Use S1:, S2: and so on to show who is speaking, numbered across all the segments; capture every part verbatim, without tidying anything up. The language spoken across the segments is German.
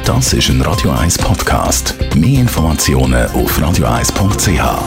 S1: Das ist ein Radio eins Podcast. Mehr Informationen auf radio eins punkt c h.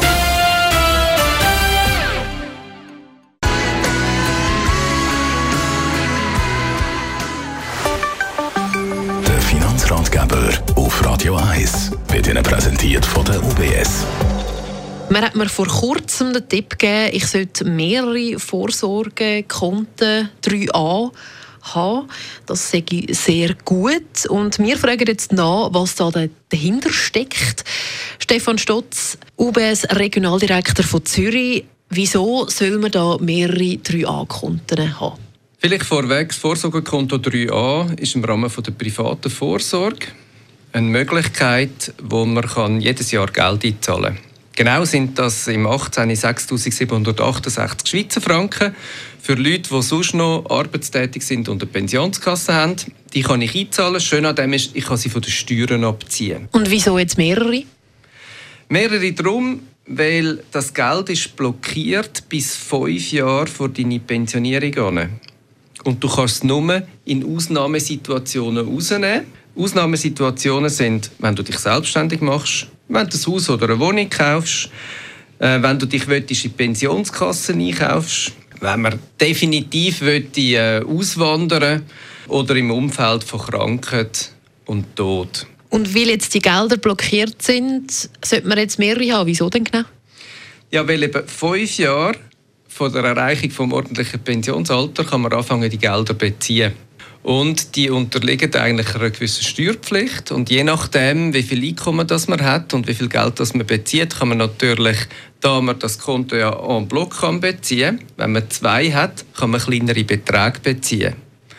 S1: Der Finanzratgeber auf Radio eins wird Ihnen präsentiert von der U B S.
S2: Man hat mir vor kurzem den Tipp gegeben, ich sollte mehrere Vorsorgekonten drei a haben. Das sei sehr gut. Und wir fragen jetzt nach, was da dahinter steckt. Stefan Stotz, U B S-Regionaldirektor von Zürich. Wieso soll man da mehrere drei a-Konten haben?
S3: Vielleicht vorweg, das Vorsorgekonto drei a ist im Rahmen der privaten Vorsorge eine Möglichkeit, wo man jedes Jahr Geld einzahlen kann. Genau sind das im achtzehn sechstausendsiebenhundertachtundsechzig Schweizer Franken. Für Leute, die sonst noch arbeitstätig sind und eine Pensionskasse haben, die kann ich einzahlen. Schön an dem ist, ich kann sie von den Steuern abziehen.
S2: Und wieso jetzt mehrere?
S3: Mehrere darum, weil das Geld ist blockiert bis fünf Jahre vor deiner Pensionierung an. Und du kannst es nur in Ausnahmesituationen rausnehmen. Ausnahmesituationen sind, wenn du dich selbstständig machst, wenn du ein Haus oder eine Wohnung kaufst, äh, wenn du dich in die Pensionskasse einkaufst, wenn man definitiv äh, auswandern oder im Umfeld von Krankheit und Tod.
S2: Und weil jetzt die Gelder blockiert sind, sollte man jetzt mehrere haben. Wieso denn genau?
S3: Ja, weil eben fünf Jahre von der Erreichung des ordentlichen Pensionsalters kann man anfangen, die Gelder zu beziehen. Und die unterliegen eigentlich einer gewissen Steuerpflicht. Und je nachdem, wie viel Einkommen das man hat und wie viel Geld das man bezieht, kann man natürlich, da man das Konto ja en bloc kann beziehen, wenn man zwei hat, kann man kleinere Beträge beziehen.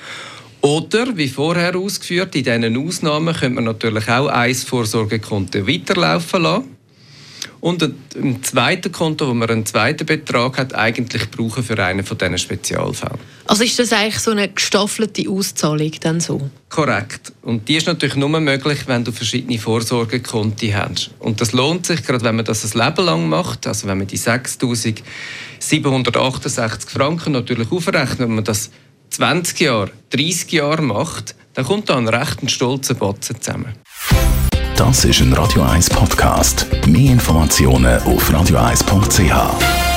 S3: Oder, wie vorher ausgeführt, in diesen Ausnahmen könnte man natürlich auch ein Vorsorgekonto weiterlaufen lassen. Und ein zweites Konto, wo man einen zweiten Betrag hat, eigentlich brauchen für einen von diesen Spezialfällen.
S2: Also ist das eigentlich so eine gestaffelte Auszahlung dann so?
S3: Korrekt. Und die ist natürlich nur möglich, wenn du verschiedene Vorsorgekonten hast. Und das lohnt sich, gerade wenn man das ein Leben lang macht, also wenn man die sechstausendsiebenhundertachtundsechzig Franken natürlich aufrechnet, wenn man das zwanzig Jahre, dreissig Jahre macht, dann kommt da ein recht stolzer Batzen zusammen.
S1: Das ist ein Radio eins Podcast. Mehr Informationen auf radio eins punkt c h.